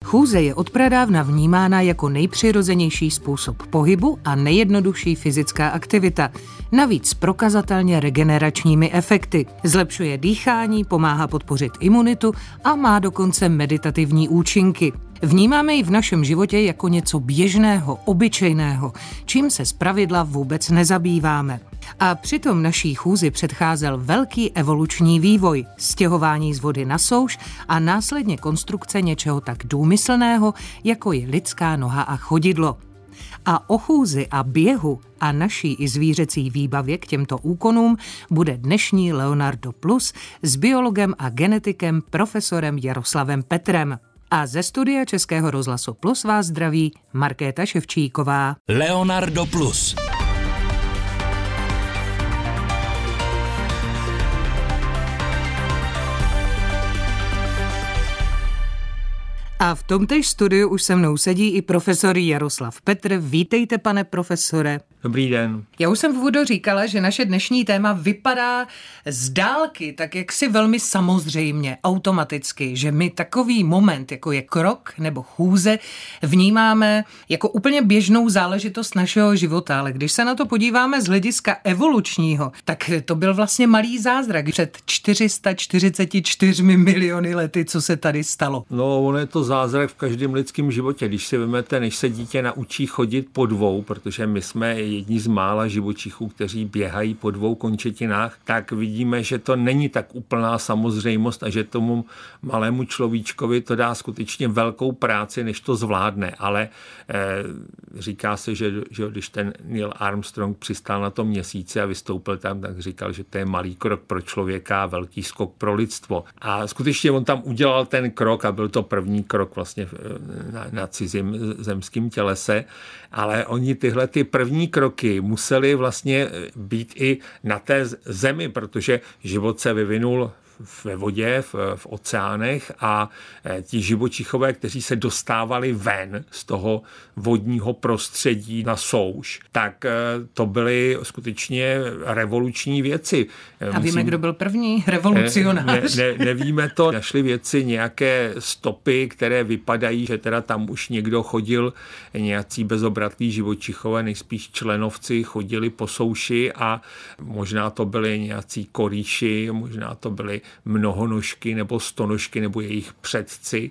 Chůze je odpradávna vnímána jako nejpřirozenější způsob pohybu a nejjednodušší fyzická aktivita. Navíc prokazatelně regeneračními efekty. Zlepšuje dýchání, pomáhá podpořit imunitu a má dokonce meditativní účinky. Vnímáme ji v našem životě jako něco běžného, obyčejného, čím se zpravidla vůbec nezabýváme. A přitom naší chůzi předcházel velký evoluční vývoj, stěhování z vody na souš a následně konstrukce něčeho tak důmyslného, jako je lidská noha a chodidlo. A o chůzi a běhu a naší i zvířecí výbavě k těmto úkonům bude dnešní Leonardo Plus s biologem a genetikem profesorem Jaroslavem Petrem. A ze studia Českého rozhlasu Plus vás zdraví Markéta Ševčíková. Leonardo Plus. A v tomtéž studiu už se mnou sedí i profesor Jaroslav Petr. Vítejte, pane profesore. Dobrý den. Já už jsem v úvodu říkala, že naše dnešní téma vypadá z dálky tak jaksi velmi samozřejmě, automaticky, že my takový moment, jako je krok nebo chůze, vnímáme jako úplně běžnou záležitost našeho života, ale když se na to podíváme z hlediska evolučního, tak to byl vlastně malý zázrak před 444 miliony lety, co se tady stalo. No, ono je to zázrak v každém lidském životě. Když si vezmete, než se dítě naučí chodit po dvou, protože my jsme jedni z mála živočichů, kteří běhají po dvou končetinách, tak vidíme, že to není tak úplná samozřejmost a že tomu malému človíčkovi to dá skutečně velkou práci, než to zvládne. Ale říká se, že když ten Neil Armstrong přistál na tom měsíci a vystoupil tam, tak říkal, že to je malý krok pro člověka a velký skok pro lidstvo. A skutečně on tam udělal ten krok a byl to první krok vlastně na cizím zemským tělese, ale oni tyhle ty první kroky museli vlastně být i na té zemi, protože život se vyvinul ve vodě, v oceánech a ti živočichové, kteří se dostávali ven z toho vodního prostředí na souš, tak to byly skutečně revoluční věci. A víme, kdo byl první revolucionář? Nevíme to. Našli vědci nějaké stopy, které vypadají, že teda tam už někdo chodil, nějací bezobratlí živočichové, nejspíš členovci, chodili po souši a možná to byli nějací korýši, možná to byli mnohonožky nebo stonožky nebo jejich předci.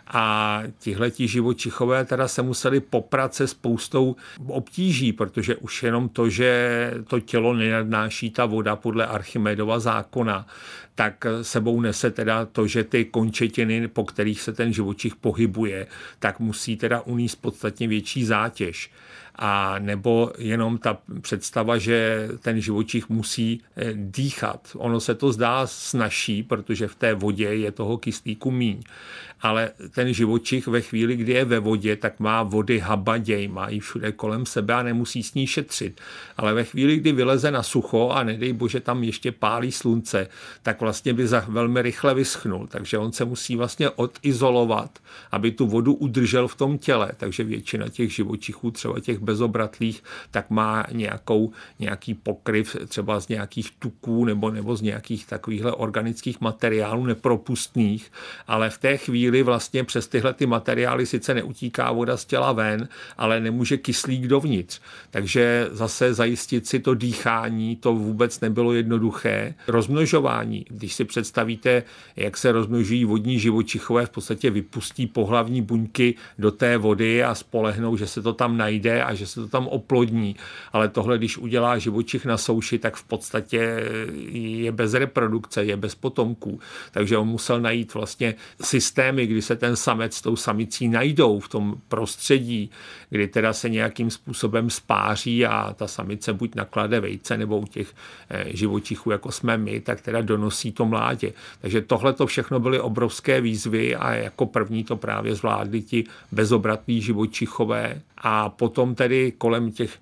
A tihleti živočichové teda se museli poprat se spoustou obtíží, protože už jenom to, že to tělo nenadnáší ta voda podle Archimedova zákona, tak sebou nese teda to, že ty končetiny, po kterých se ten živočich pohybuje, tak musí teda unést podstatně větší zátěž. A nebo jenom ta představa, že ten živočich musí dýchat. Ono se to zdá snazší, protože v té vodě je toho kyslíku míň. Ale ten živočich ve chvíli, kdy je ve vodě, tak má vody habaděj, má ji všude kolem sebe a nemusí s ní šetřit. Ale ve chvíli, kdy vyleze na sucho a nedej bože tam ještě pálí slunce, tak vlastně by velmi rychle vyschnul. Takže on se musí vlastně odizolovat, aby tu vodu udržel v tom těle. Takže většina těch živočichů, třeba těch bezobratlých, tak má nějaký pokryv třeba z nějakých tuků nebo z nějakých takovýchhle organických materiálů nepropustných, ale v té chvíli vlastně přes tyhle ty materiály sice neutíká voda z těla ven, ale nemůže kyslík dovnitř. Takže zase zajistit si to dýchání, to vůbec nebylo jednoduché. Rozmnožování, když si představíte, jak se rozmnožují vodní živočichové, v podstatě vypustí pohlavní buňky do té vody a spolehnou, že se to tam najde a že se to tam oplodní. Ale tohle, když udělá živočich na souši, tak v podstatě je bez reprodukce, je bez potomků. Takže on musel najít vlastně systémy, kdy se ten samec s tou samicí najdou v tom prostředí, kdy teda se nějakým způsobem spáří a ta samice buď naklade vejce, nebo u těch živočichů, jako jsme my, tak teda donosí to mládě. Takže tohle to všechno byly obrovské výzvy a jako první to právě zvládli ti bezobratlí živočichové. A potom tedy kolem těch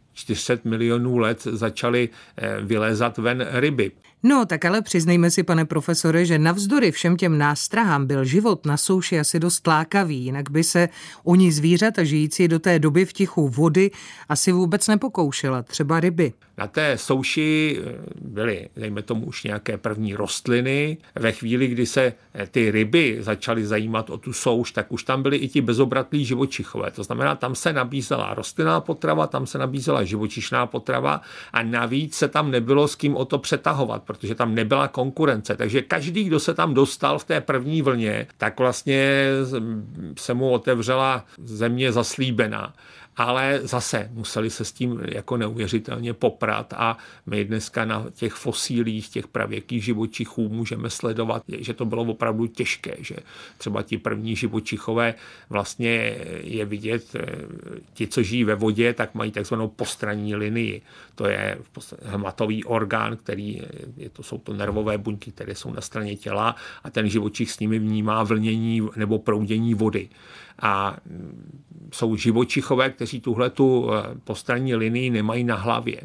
400 milionů let začaly vylézat ven ryby. No, tak ale přiznejme si, pane profesore, že navzdory všem těm nástrahám byl život na souši asi dost lákavý, jinak by se oni zvířata žijící do té doby v tichu vody asi vůbec nepokoušela, třeba ryby. Na té souši byly, dejme tomu, už nějaké první rostliny. Ve chvíli, kdy se ty ryby začaly zajímat o tu souš, tak už tam byly i ti bezobratlí živočichové. To znamená, tam se nabízela rostlinná potrava, tam se nabízela živočišná potrava a navíc se tam nebylo s kým o to přetahovat, protože tam nebyla konkurence. Takže každý, kdo se tam dostal v té první vlně, tak vlastně se mu otevřela země zaslíbená. Ale zase museli se s tím jako neuvěřitelně poprat a my dneska na těch fosílích, těch pravěkých živočichů můžeme sledovat, že to bylo opravdu těžké, že třeba ti první živočichové vlastně je vidět, ti, co žijí ve vodě, tak mají takzvanou postranní linii. To je hmatový orgán, jsou to nervové buňky, které jsou na straně těla a ten živočich s nimi vnímá vlnění nebo proudění vody. A jsou živočichové, kteří tuhletu postranní linii nemají na hlavě.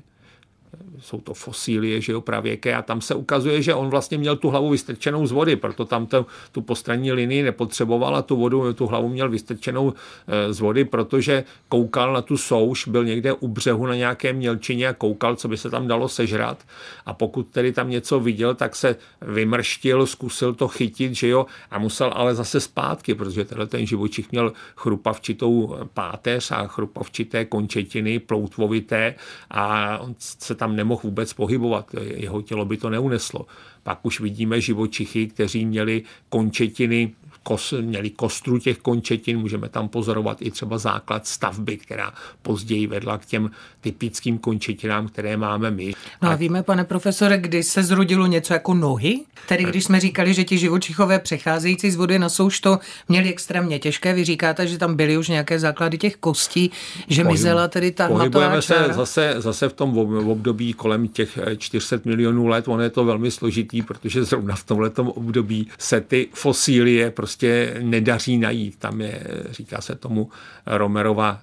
Jsou to fosílie, že jo, pravěké, a tam se ukazuje, že on vlastně měl tu hlavu vystrčenou z vody, proto tam tu postranní linii nepotřeboval a tu hlavu měl vystrčenou z vody, protože koukal na tu souš, byl někde u břehu na nějaké mělčině a koukal, co by se tam dalo sežrat, a pokud tedy tam něco viděl, tak se vymrštil, zkusil to chytit, že jo, a musel ale zase zpátky, protože ten živočich měl chrupavčitou páteř a chrupavčité končetiny, ploutvovité, a on se tam nemohl vůbec pohybovat, jeho tělo by to neuneslo. Pak už vidíme živočichy, kteří měli končetiny, měli kostru těch končetin, můžeme tam pozorovat i třeba základ stavby, která později vedla k těm typickým končetinám, které máme my. No a víme, pane profesore, kdy se zrodilo něco jako nohy? Tedy když jsme říkali, že ti živočichové přecházející z vody na souš to měli extrémně těžké, vy říkáte, že tam byly už nějaké základy těch kostí, že mizela tedy ta hmatová čára. Pohybujeme se zase v tom období kolem těch 400 milionů let, ono je to velmi složitý, protože zrovna v tomhletom období se ty fosílie prostě nedaří najít. Tam je, říká se tomu Romerova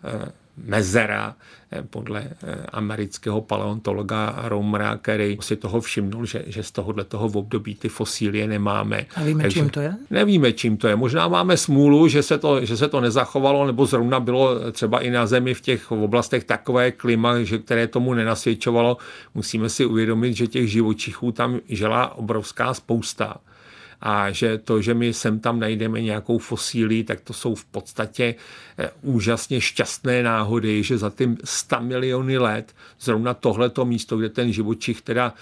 mezera, podle amerického paleontologa Romera, který si toho všimnul, že z tohoto období ty fosílie nemáme. A víme, čím to je? Nevíme, čím to je. Možná máme smůlu, že se to nezachovalo, nebo zrovna bylo třeba i na Zemi v těch oblastech takové klima, které tomu nenasvědčovalo. Musíme si uvědomit, že těch živočichů tam žila obrovská spousta. A že to, že my sem tam najdeme nějakou fosílii, tak to jsou v podstatě úžasně šťastné náhody, že za ty 100 miliony let zrovna tohleto místo, kde ten živočich teda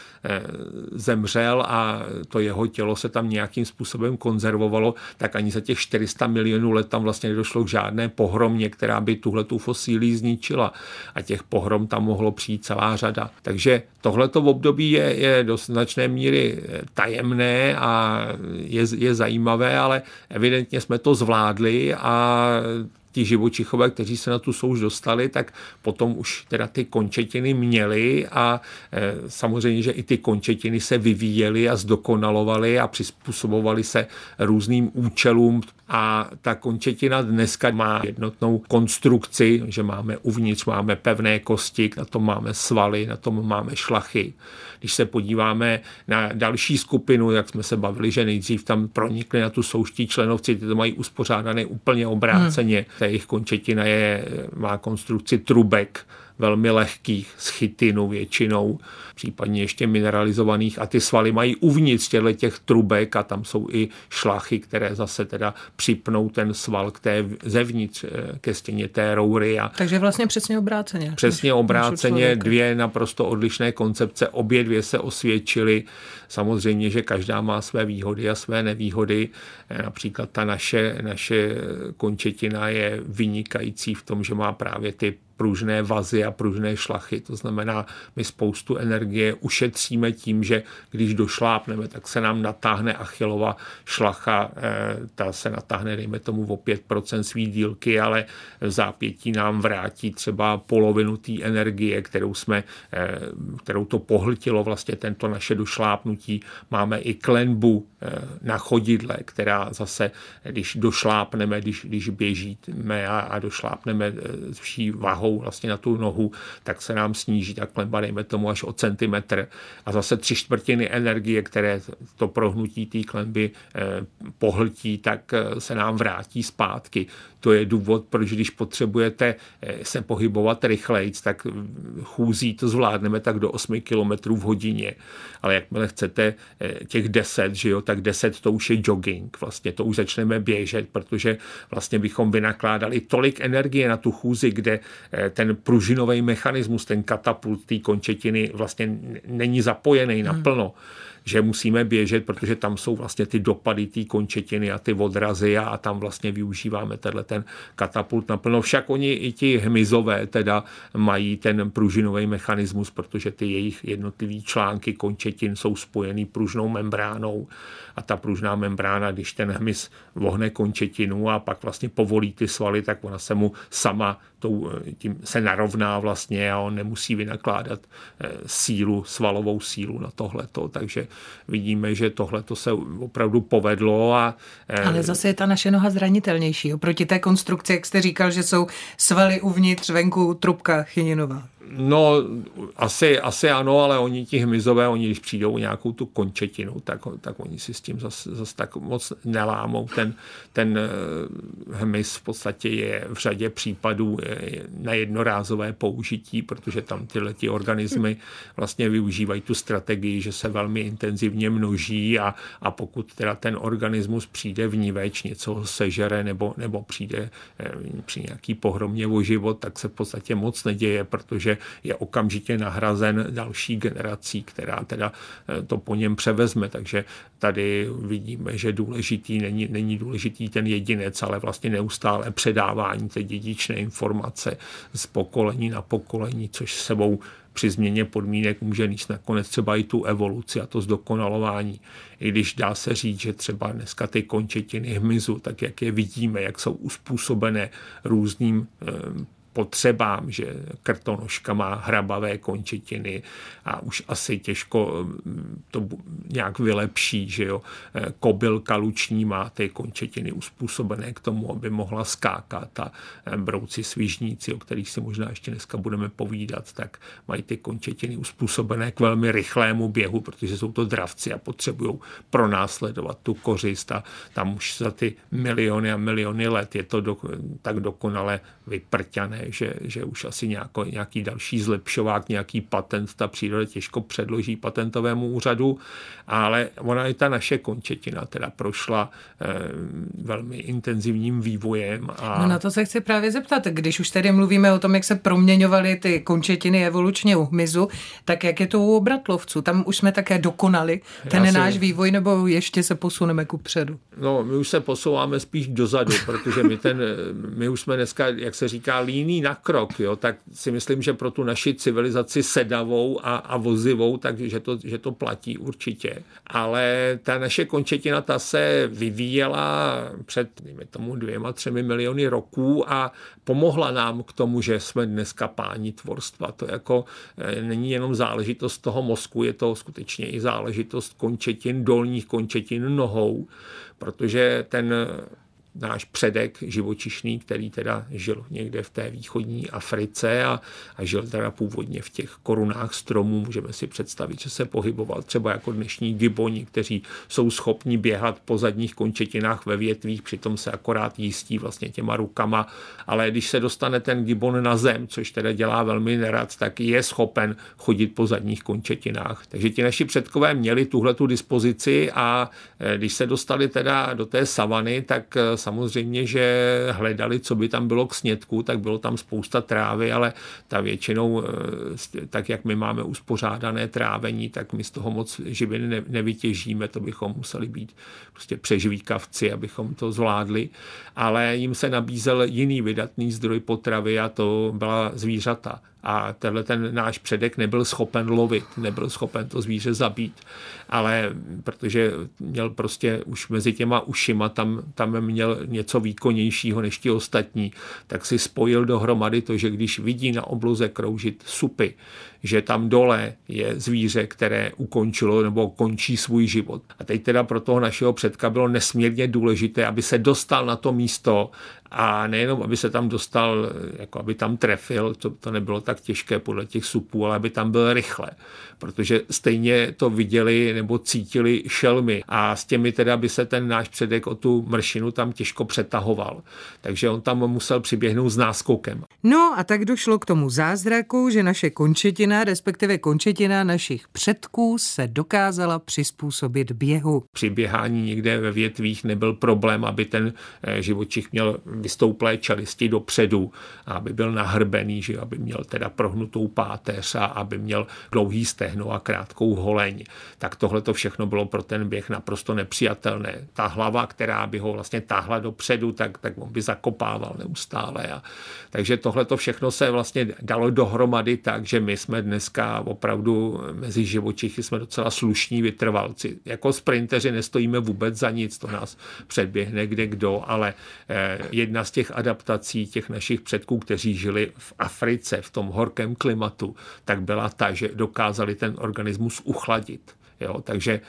zemřel a to jeho tělo se tam nějakým způsobem konzervovalo, tak ani za těch 400 milionů let tam vlastně nedošlo k žádné pohromě, která by tuhletu fosílii zničila. A těch pohrom tam mohlo přijít celá řada. Takže tohleto období je do značné míry tajemné a je zajímavé, ale evidentně jsme to zvládli a ti živočichové, kteří se na tu souš dostali, tak potom už teda ty končetiny měli a samozřejmě, že i ty končetiny se vyvíjely a zdokonalovaly a přizpůsobovaly se různým účelům. A ta končetina dneska má jednotnou konstrukci, že máme uvnitř máme pevné kosti, na tom máme svaly, na tom máme šlachy. Když se podíváme na další skupinu, jak jsme se bavili, že nejdřív tam pronikli na tu souští členovci, ty to mají uspořádané úplně obráceně. Ta jejich končetina má konstrukci trubek, velmi lehkých, z chitinu většinou, případně ještě mineralizovaných, a ty svaly mají uvnitř těch trubek a tam jsou i šlachy, které zase teda připnou ten sval zevnitř ke stěně té roury. Takže vlastně přesně obráceně. Přesně obráceně, dvě naprosto odlišné koncepce, obě dvě se osvědčily. Samozřejmě, že každá má své výhody a své nevýhody. Například ta naše končetina je vynikající v tom, že má právě ty pružné vazy a pružné šlachy. To znamená, my spoustu energie ušetříme tím, že když došlápneme, tak se nám natáhne Achillova šlacha, ta se natáhne, dejme tomu, o 5% svý dílky, ale v zápětí nám vrátí třeba polovinu té energie, kterou to pohltilo vlastně tento naše došlápnutí. Máme i klenbu na chodidle, která zase, když došlápneme, když běžíme a došlápneme s vší vahou, váhou vlastně na tu nohu, tak se nám sníží ta klenba, dejme tomu, až o centimetr. A zase 3/4 energie, které to prohnutí té klenby pohltí, tak se nám vrátí zpátky. To je důvod, proč když potřebujete se pohybovat rychlejc, tak chůzí to zvládneme tak do 8 km v hodině. Ale jakmile chcete těch 10, že jo, tak 10 to už je jogging. Vlastně to už začneme běžet, protože vlastně bychom vynakládali tolik energie na tu chůzi, kde ten pružinový mechanismus, ten katapult té končetiny vlastně není zapojený naplno. Že musíme běžet, protože tam jsou vlastně ty dopady té končetiny a ty odrazy a tam vlastně využíváme ten katapult naplno. Však oni i ti hmyzové teda mají ten pružinový mechanismus, protože ty jejich jednotlivý články končetin jsou spojený pružnou membránou a ta pružná membrána, když ten hmyz vohne končetinu a pak vlastně povolí ty svaly, tak ona se mu sama tím se narovná vlastně a on nemusí vynakládat svalovou sílu na tohleto, takže vidíme, že tohleto se opravdu povedlo. Ale zase je ta naše noha zranitelnější oproti té konstrukci, jak jste říkal, že jsou svaly uvnitř, venku trubka chyninová. No, asi ano, ale oni ti hmyzové, když přijdou nějakou tu končetinu, tak oni si s tím zase tak moc nelámou. Ten hmyz v podstatě je v řadě případů na jednorázové použití, protože tam tyhle organismy vlastně využívají tu strategii, že se velmi intenzivně množí a pokud teda ten organismus přijde vniveč, něco sežere nebo přijde při nějaký pohromě o život, tak se v podstatě moc neděje, protože je okamžitě nahrazen další generací, která teda to po něm převezme. Takže tady vidíme, že není důležitý ten jedinec, ale vlastně neustále předávání té dědičné informace z pokolení na pokolení, což sebou při změně podmínek může níst nakonec třeba i tu evoluci a to zdokonalování. I když dá se říct, že třeba dneska ty končetiny hmyzu, tak jak je vidíme, jak jsou uspůsobené různým potřebám, že krtonožka má hrabavé končetiny a už asi těžko to nějak vylepší, že jo. Kobylka luční má ty končetiny uspůsobené k tomu, aby mohla skákat a brouci svižníci, o kterých si možná ještě dneska budeme povídat, tak mají ty končetiny uspůsobené k velmi rychlému běhu, protože jsou to dravci a potřebují pronásledovat tu kořist a tam už za ty miliony a miliony let je to tak dokonale vyprťané, že už asi nějaký další zlepšovák, nějaký patent ta příroda těžko předloží patentovému úřadu, ale ona i ta naše končetina teda prošla velmi intenzivním vývojem. No na to se chci právě zeptat, když už tady mluvíme o tom, jak se proměňovaly ty končetiny evolučně u hmyzu, tak jak je to u obratlovců? Tam už jsme také dokonali ten náš vývoj, nebo ještě se posuneme kupředu? No, my už se posouváme spíš dozadu, protože my už jsme dneska, jak se říká, líní na krok, jo, tak si myslím, že pro tu naši civilizaci sedavou a vozivou, takže že to platí určitě. Ale ta naše končetina, ta se vyvíjela před, dejme tomu, 2-3 miliony roků a pomohla nám k tomu, že jsme dneska páni tvorstva. To jako není jenom záležitost toho mozku, je to skutečně i záležitost končetin, dolních končetin nohou, protože ten náš předek živočišný, který teda žil někde v té východní Africe a žil teda původně v těch korunách stromů. Můžeme si představit, že se pohyboval třeba jako dnešní giboni, kteří jsou schopni běhat po zadních končetinách ve větvích, přitom se akorát jistí vlastně těma rukama, ale když se dostane ten gibon na zem, což teda dělá velmi nerad, tak je schopen chodit po zadních končetinách. Takže ti naši předkové měli tuhletu dispozici a když se dostali teda do té savany, tak samozřejmě, že hledali, co by tam bylo k snědku, tak bylo tam spousta trávy, ale ta většinou, tak jak my máme uspořádané trávení, tak my z toho moc živin nevytěžíme, to bychom museli být prostě přežvíkavci, abychom to zvládli, ale jim se nabízel jiný vydatný zdroj potravy a to byla zvířata. A ten náš předek nebyl schopen lovit, nebyl schopen to zvíře zabít, ale protože měl prostě už mezi těma ušima, tam měl něco výkonnějšího než ti ostatní, tak si spojil dohromady to, že když vidí na obloze kroužit supy, že tam dole je zvíře, které ukončilo nebo končí svůj život. A teď teda pro toho našeho předka bylo nesmírně důležité, aby se dostal na to místo A nejenom, aby se tam dostal, jako aby tam trefil, to nebylo tak těžké podle těch supů, ale aby tam byl rychle, protože stejně to viděli nebo cítili šelmy a s těmi teda by se ten náš předek o tu mršinu tam těžko přetahoval. Takže on tam musel přiběhnout s náskokem. No a tak došlo k tomu zázraku, že naše končetina, respektive končetina našich předků se dokázala přizpůsobit běhu. Při běhání někde ve větvích nebyl problém, aby ten živočich měl vystouplé čelisti dopředu, aby byl nahrbený, že aby měl teda prohnutou páteř a aby měl dlouhý stehno a krátkou holeň. Tak tohle to všechno bylo pro ten běh naprosto nepřijatelné. Ta hlava, která by ho vlastně táhla dopředu, tak on by zakopával neustále. Takže tohle to všechno se vlastně dalo dohromady tak, že my jsme dneska opravdu mezi živočichy jsme docela slušní vytrvalci. Jako sprinteři nestojíme vůbec za nic, to nás předběhne kde kdo, ale jedna z těch adaptací těch našich předků, kteří žili v Africe, v tom horkém klimatu, tak byla ta, že dokázali ten organismus uchladit. Jo? Takže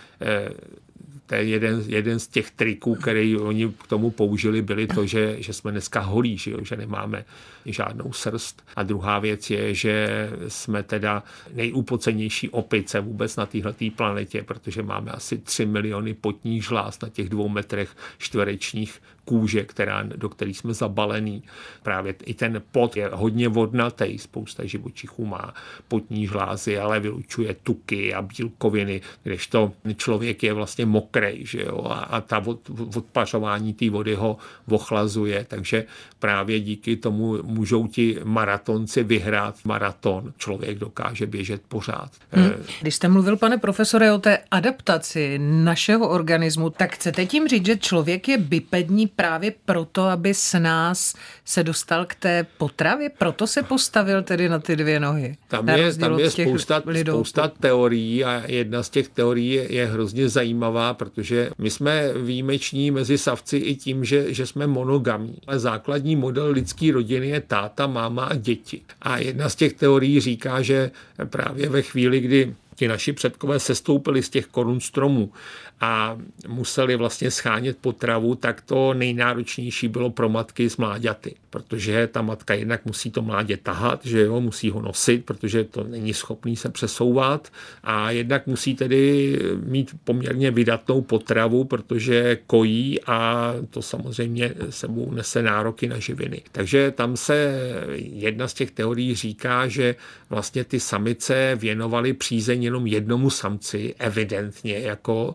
to je jeden z těch triků, který oni k tomu použili, byly to, že jsme dneska holí, že nemáme žádnou srst. A druhá věc je, že jsme teda nejúpocenější opice vůbec na téhletý planetě, protože máme asi 3 miliony potních žláz na těch 2 metrech čtverečních kůže, do kterých jsme zabalení. Právě i ten pot je hodně vodnatý, spousta živočichů má potní žlázy, ale vylučuje tuky a bílkoviny, kdežto člověk je vlastně mokrej, že jo? A ta odpařování té vody ho ochlazuje, takže právě díky tomu můžou ti maratonci vyhrát maraton. Člověk dokáže běžet pořád. Když jste mluvil, pane profesore, o té adaptaci našeho organismu, tak chcete tím říct, že člověk je bipední právě proto, aby s nás se dostal k té potravě? Proto se postavil tedy na ty 2 nohy? Tam je spousta teorií a jedna z těch teorií je hrozně zajímavá, protože my jsme výjimeční mezi savci i tím, že jsme monogamní. Ale základní model lidské rodiny je táta, máma a děti. A jedna z těch teorií říká, že právě ve chvíli, kdy ti naši předkové sestoupili z těch korun stromů a museli vlastně schánět potravu, tak to nejnáročnější bylo pro matky s mláďaty, protože ta matka jednak musí to mládě tahat, že jo, musí ho nosit, protože to není schopný se přesouvat a jednak musí tedy mít poměrně vydatnou potravu, protože kojí a to samozřejmě sebou nese nároky na živiny. Takže tam se jedna z těch teorií říká, že vlastně ty samice věnovaly přízeň jenom jednomu samci, evidentně jako,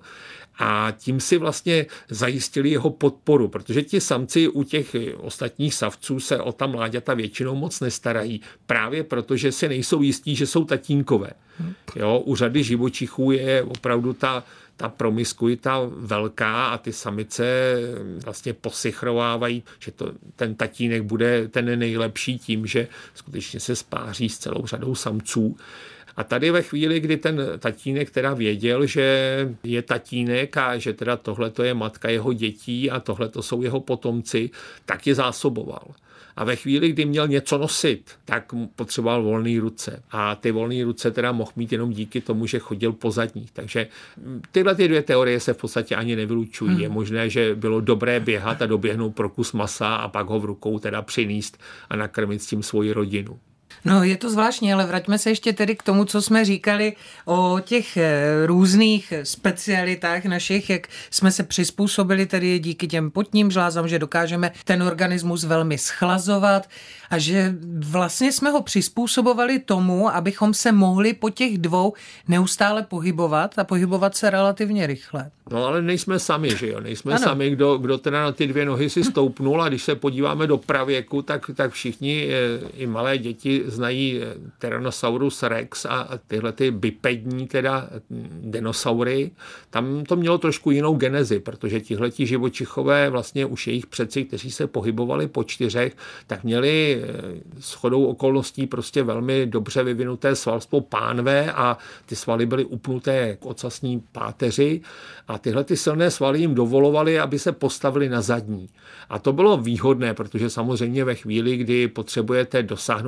a tím si vlastně zajistili jeho podporu, protože ti samci u těch ostatních savců se o ta mláďata většinou moc nestarají, právě protože si nejsou jistí, že jsou tatínkové. Jo, u řady živočichů je opravdu ta promiskuita velká a ty samice vlastně posichrovávají, že ten tatínek bude ten nejlepší tím, že skutečně se spáří s celou řadou samců. A tady ve chvíli, kdy ten tatínek teda věděl, že je tatínek a že teda tohleto je matka jeho dětí a tohleto jsou jeho potomci, tak je zásoboval. A ve chvíli, kdy měl něco nosit, tak potřeboval volné ruce. A ty volné ruce teda mohl mít jenom díky tomu, že chodil po zadních. Takže tyhle 2 teorie se v podstatě ani nevylučují. Je možné, že bylo dobré běhat a doběhnout pro kus masa a pak ho v rukou teda přinést a nakrmit s tím svoji rodinu. No, je to zvláštní, ale vraťme se ještě tedy k tomu, co jsme říkali o těch různých specialitách našich, jak jsme se přizpůsobili tedy díky těm potním žlázám, že dokážeme ten organismus velmi schlazovat a že vlastně jsme ho přizpůsobovali tomu, abychom se mohli po těch 2 neustále pohybovat a pohybovat se relativně rychle. No ale nejsme sami, že jo? Nejsme sami, kdo teda na ty 2 nohy si stoupnul a když se podíváme do pravěku, tak všichni i malé děti znají Tyrannosaurus rex a tyhle ty bipední teda dinosaury. Tam to mělo trošku jinou genezi, protože tihleti živočichové vlastně už jejich předci, kteří se pohybovali po 4, tak měli shodou okolností prostě velmi dobře vyvinuté svalstvo pánve a ty svaly byly upnuté k ocasní páteři a tyhle ty silné svaly jim dovolovaly, aby se postavili na zadní. A to bylo výhodné, protože samozřejmě ve chvíli, kdy potřebujete dosáhnout na nějakou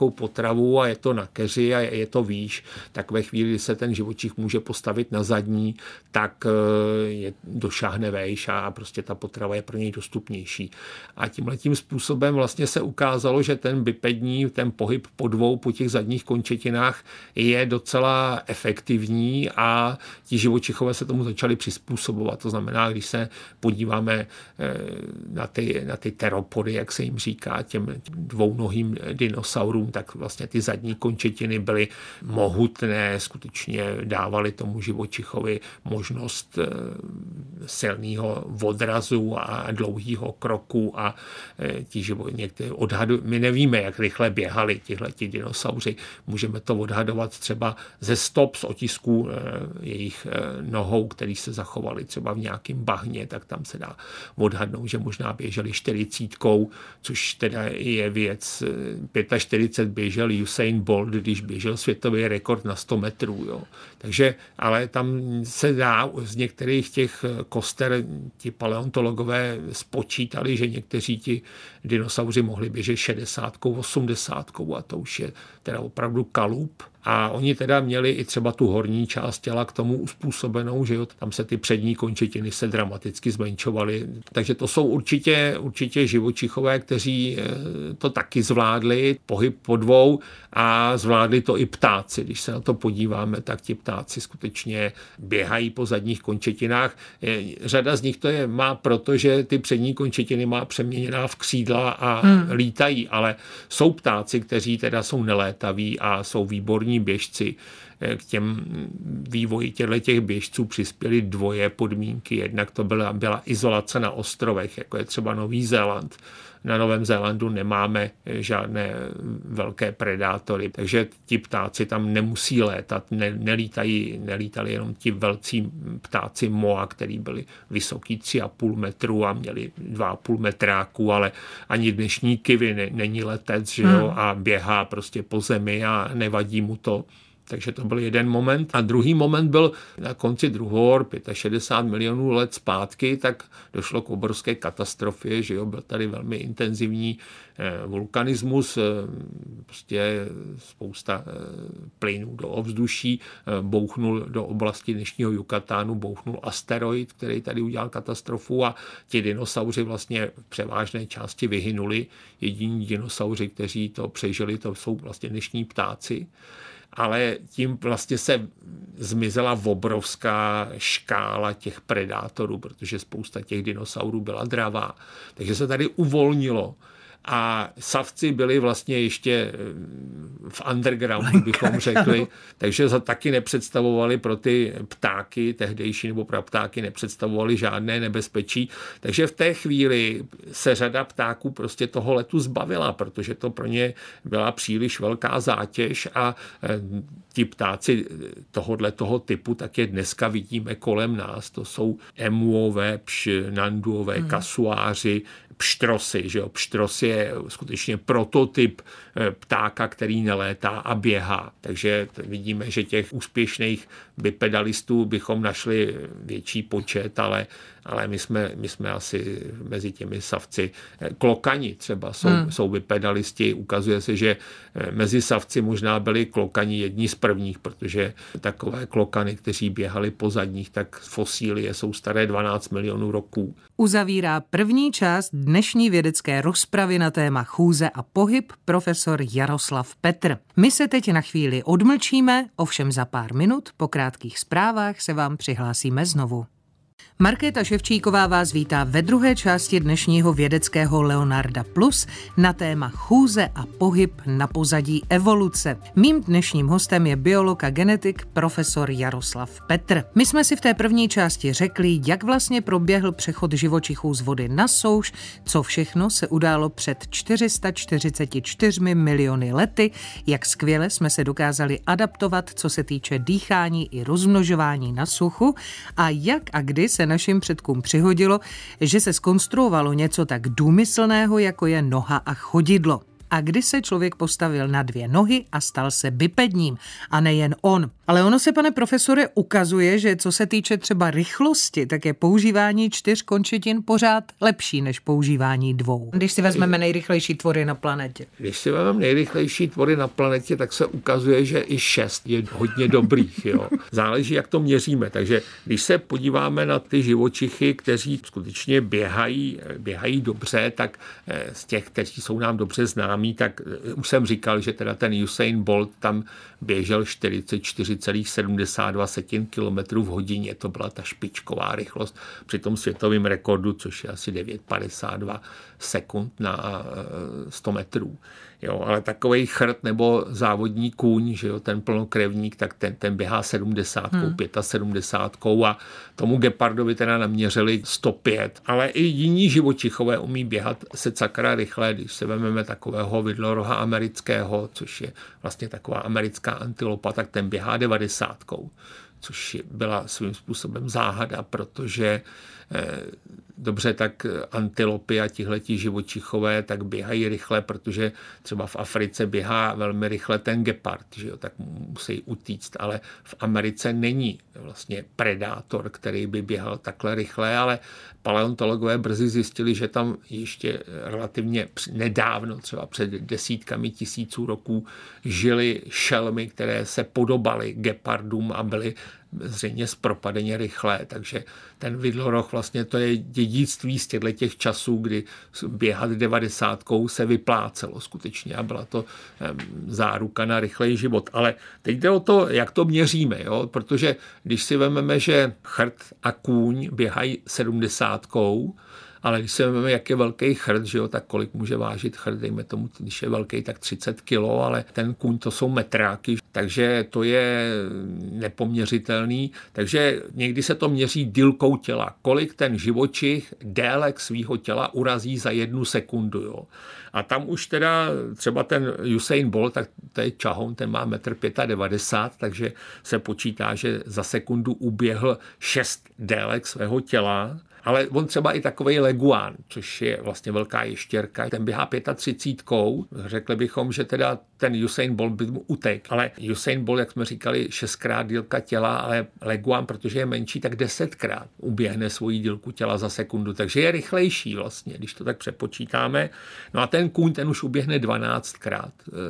nějakou potravu a je to na keři a je to výš, tak ve chvíli, kdy se ten živočich může postavit na zadní, tak došáhne vejš a prostě ta potrava je pro něj dostupnější. A tímhletím způsobem vlastně se ukázalo, že ten bipední, ten pohyb po těch zadních končetinách je docela efektivní a ti živočichové se tomu začali přizpůsobovat. To znamená, když se podíváme na ty teropody, jak se jim říká, těm dvounohým dinosaurům, tak vlastně ty zadní končetiny byly mohutné, skutečně dávaly tomu živočichovi možnost silného odrazu a dlouhého kroku a my nevíme, jak rychle běhali tihleti dinosauři. Můžeme to odhadovat třeba ze stop, z otisků jejich nohou, který se zachovali třeba v nějakém bahně, tak tam se dá odhadnout, že možná běželi 40, což teda je věc. 45 běžel Usain Bolt, když běžel světový rekord na 100 metrů. Jo. Takže, ale tam se dá z některých těch koster ti paleontologové spočítali, že někteří ti dinosauři mohli běžet 60, 80 a to už je teda opravdu kalup. A oni teda měli i třeba tu horní část těla k tomu uspůsobenou, že jo, tam se ty přední končetiny se dramaticky zmenšovaly. Takže to jsou určitě živočichové, kteří to taky zvládli, pohyb po dvou a zvládli to i ptáci. Když se na to podíváme, tak ti ptáci skutečně běhají po zadních končetinách. Řada z nich to má proto, že ty přední končetiny má přeměněná v křídla a lítají, ale jsou ptáci, kteří teda jsou nelétaví a jsou výborní běžci. K těm vývoji těch běžců přispěly dvoje podmínky. Jednak to byla izolace na ostrovech, jako je třeba Nový Zéland. Na Novém Zélandu nemáme žádné velké predátory, takže ti ptáci tam nemusí létat, nelítali jenom ti velcí ptáci moa, který byli vysoký 3,5 metru a měli 2,5 metráku, ale ani dnešní kiwi není letec, že jo, a běhá prostě po zemi a nevadí mu to. Takže to byl jeden moment. A druhý moment byl na konci druhohor, 65 milionů let zpátky, tak došlo k obrovské katastrofě, že jo, byl tady velmi intenzivní vulkanismus, prostě spousta plynů do ovzduší, bouchnul do oblasti dnešního Yucatánu, bouchnul asteroid, který tady udělal katastrofu a ti dinosauři vlastně v převážné části vyhynuli. Jediní dinosauři, kteří to přežili, to jsou vlastně dnešní ptáci. Ale tím vlastně se zmizela obrovská škála těch predátorů, protože spousta těch dinosaurů byla dravá. Takže se tady uvolnilo. A savci byli vlastně ještě v undergroundu, bychom řekli, takže taky nepředstavovali pro ty ptáky tehdejší nebo pro ptáky nepředstavovali žádné nebezpečí. Takže v té chvíli se řada ptáků prostě toho letu zbavila, protože to pro ně byla příliš velká zátěž a ti ptáci toho typu taky dneska vidíme kolem nás. To jsou emuové, nanduové, kasuáři, pštrosy, že jo? Pštros je skutečně prototyp ptáka, který nelétá a běhá. Takže vidíme, že těch úspěšných bipedalistů bychom našli větší počet, ale my jsme asi mezi těmi savci. Klokani třeba jsou bipedalisti. Ukazuje se, že mezi savci možná byli klokani jedni z prvních, protože takové klokany, kteří běhali po zadních, tak fosílie jsou staré 12 milionů roků. Uzavírá první část dnešní vědecké rozpravy na téma chůze a pohyb profesor Jaroslav Petr. My se teď na chvíli odmlčíme, ovšem za pár minut po krátkých zprávách se vám přihlásíme znovu. Markéta Ševčíková vás vítá ve druhé části dnešního vědeckého Leonarda Plus na téma chůze a pohyb na pozadí evoluce. Mým dnešním hostem je biolog a genetik profesor Jaroslav Petr. My jsme si v té první části řekli, jak vlastně proběhl přechod živočichů z vody na souš, co všechno se událo před 444 miliony lety, jak skvěle jsme se dokázali adaptovat, co se týče dýchání i rozmnožování na suchu a jak a kdy se našim předkům přihodilo, že se zkonstruovalo něco tak důmyslného, jako je noha a chodidlo. A kdy se člověk postavil na 2 nohy a stal se bipedním. A nejen on. Ale ono se, pane profesore, ukazuje, že co se týče třeba rychlosti, tak je používání 4 končetin pořád lepší než používání 2. Když si vezmeme nejrychlejší tvory na planetě. Když si vezmeme nejrychlejší tvory na planetě, tak se ukazuje, že i 6 je hodně dobrých. Jo. Záleží, jak to měříme. Takže když se podíváme na ty živočichy, kteří skutečně běhají dobře, tak z těch, kteří jsou nám dobře známí, tak už jsem říkal, že teda ten Usain Bolt tam běžel 44,72 km v hodině. To byla ta špičková rychlost při tom světovém rekordu, což je asi 9,52 sekund na 100 metrů. Jo, ale takovej chrt nebo závodní kůň, že jo, ten plnokrevník, tak ten běhá 70, 75 a tomu gepardovi teda naměřili 105. Ale i jiní živočichové umí běhat se sakra rychle, když se vezmeme takového vidloroha amerického, což je vlastně taková americká antilopa, tak ten běhá 90. Což byla svým způsobem záhada, protože dobře, tak antilopy a tihleti živočichové tak běhají rychle, protože třeba v Africe běhá velmi rychle ten gepard, že jo, tak musí utíct, ale v Americe není vlastně predátor, který by běhal takhle rychle, ale paleontologové brzy zjistili, že tam ještě relativně nedávno, třeba před desítkami tisíců roků, žili šelmy, které se podobaly gepardům a byly zřejmě zpropadeně rychlé, takže ten vidloroh vlastně to je dědictví z těch časů, kdy běhat 90 se vyplácelo skutečně a byla to záruka na rychlej život. Ale teď jde o to, jak to měříme, jo? Protože když si vezmeme, že chrt a kůň běhají 70, ale když se vezmeme, jak je velký chrt, že jo, tak kolik může vážit chrt, dejme tomu, když je velký, tak 30 kilo, ale ten kůň to jsou metráky, takže to je nepoměřitelný. Takže někdy se to měří délkou těla. Kolik ten živočich délek svýho těla urazí za 1 sekundu. Jo. A tam už teda třeba ten Usain Bolt, tak to je čahoun, ten má 1,95 m, takže se počítá, že za sekundu uběhl 6 délek svého těla. Ale on třeba i takovej leguán, což je vlastně velká ještěrka, ten běhá 35, řekli bychom, že teda ten Usain Bolt by mu utek. Ale Usain Bolt, jak jsme říkali, 6krát délka těla, ale leguán, protože je menší, tak 10krát uběhne svoji délku těla za sekundu. Takže je rychlejší vlastně, když to tak přepočítáme. No a ten kůň, ten už uběhne 12krát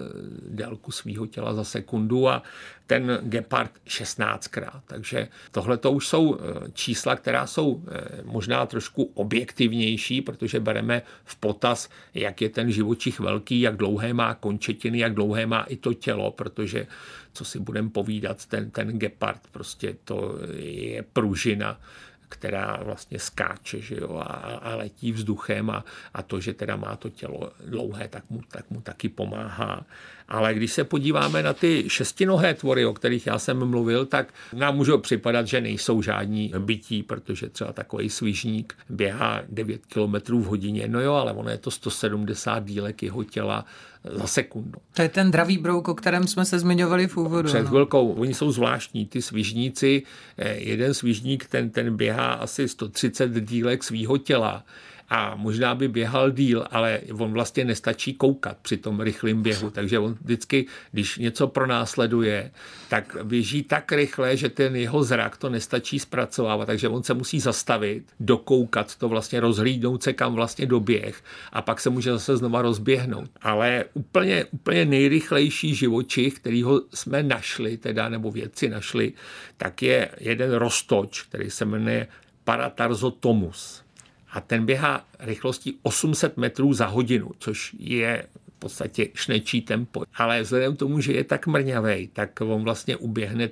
délku svého těla za sekundu a ten gepard 16krát. Takže tohle to už jsou čísla, která jsou možná trošku objektivnější, protože bereme v potaz, jak je ten živočich velký, jak dlouhé má končetiny, jak dlouhé má i to tělo, protože co si budeme povídat, ten gepard prostě to je pružina, která vlastně skáče, že jo, a letí vzduchem a to, že teda má to tělo dlouhé, tak mu taky pomáhá. Ale když se podíváme na ty šestinohé tvory, o kterých já jsem mluvil, tak nám může připadat, že nejsou žádní bytí, protože třeba takový svižník běhá 9 km v hodině. No jo, ale ono je to 170 dílek jeho těla za sekundu. To je ten dravý brouk, o kterém jsme se zmiňovali v úvodu. Před chvilkou. Oni jsou zvláštní, ty svižníci. Jeden svižník, ten běhá asi 130 dílek svýho těla. A možná by běhal díl, ale on vlastně nestačí koukat při tom rychlém běhu. Takže on vždycky, když něco pronásleduje, tak běží tak rychle, že ten jeho zrak to nestačí zpracovávat. Takže on se musí zastavit, dokoukat to, vlastně rozhlídnout se, kam vlastně doběh a pak se může zase znova rozběhnout. Ale úplně nejrychlejší živočich, kterýho jsme našli, teda, nebo vědci našli, tak je jeden roztoč, který se jmenuje Paratarzotomus. A ten běhá rychlostí 800 metrů za hodinu, což je v podstatě šnečí tempo. Ale vzhledem k tomu, že je tak mrňavej, tak on vlastně uběhne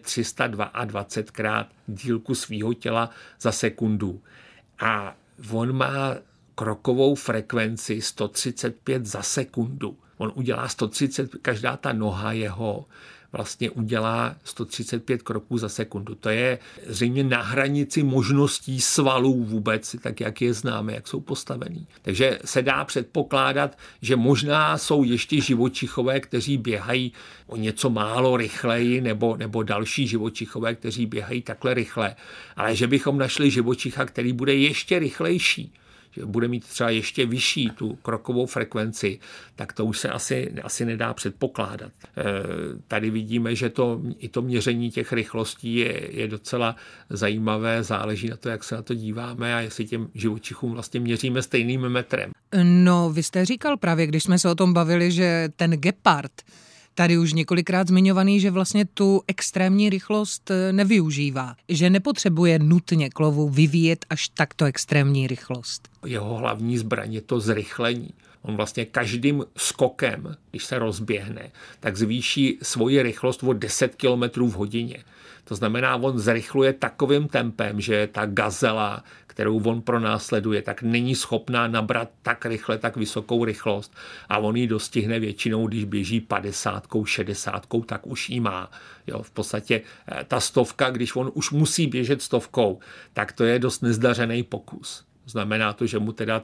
322krát dílku svýho těla za sekundu. A on má krokovou frekvenci 135 za sekundu. On udělá 130, každá ta noha jeho vlastně udělá 135 kroků za sekundu. To je zřejmě na hranici možností svalů vůbec, tak jak je známe, jak jsou postavený. Takže se dá předpokládat, že možná jsou ještě živočichové, kteří běhají o něco málo rychleji, nebo další živočichové, kteří běhají takhle rychle. Ale že bychom našli živočicha, který bude ještě rychlejší, že bude mít třeba ještě vyšší tu krokovou frekvenci, tak to už se asi nedá předpokládat. Tady vidíme, že i to měření těch rychlostí je docela zajímavé, záleží na to, jak se na to díváme a jestli těm živočichům vlastně měříme stejným metrem. No, vy jste říkal právě, když jsme se o tom bavili, že ten gepard, tady už několikrát zmiňovaný, že vlastně tu extrémní rychlost nevyužívá, že nepotřebuje nutně k lovu vyvíjet až takto extrémní rychlost. Jeho hlavní zbraň je to zrychlení. On vlastně každým skokem, když se rozběhne, tak zvýší svoji rychlost o 10 km v hodině. To znamená, on zrychluje takovým tempem, že ta gazela, kterou on pronásleduje, tak není schopná nabrat tak rychle, tak vysokou rychlost a on ji dostihne většinou, když běží 50, 60, tak už ji má. Jo, v podstatě ta 100, když on už musí běžet 100, tak to je dost nezdařený pokus. Znamená to, že mu teda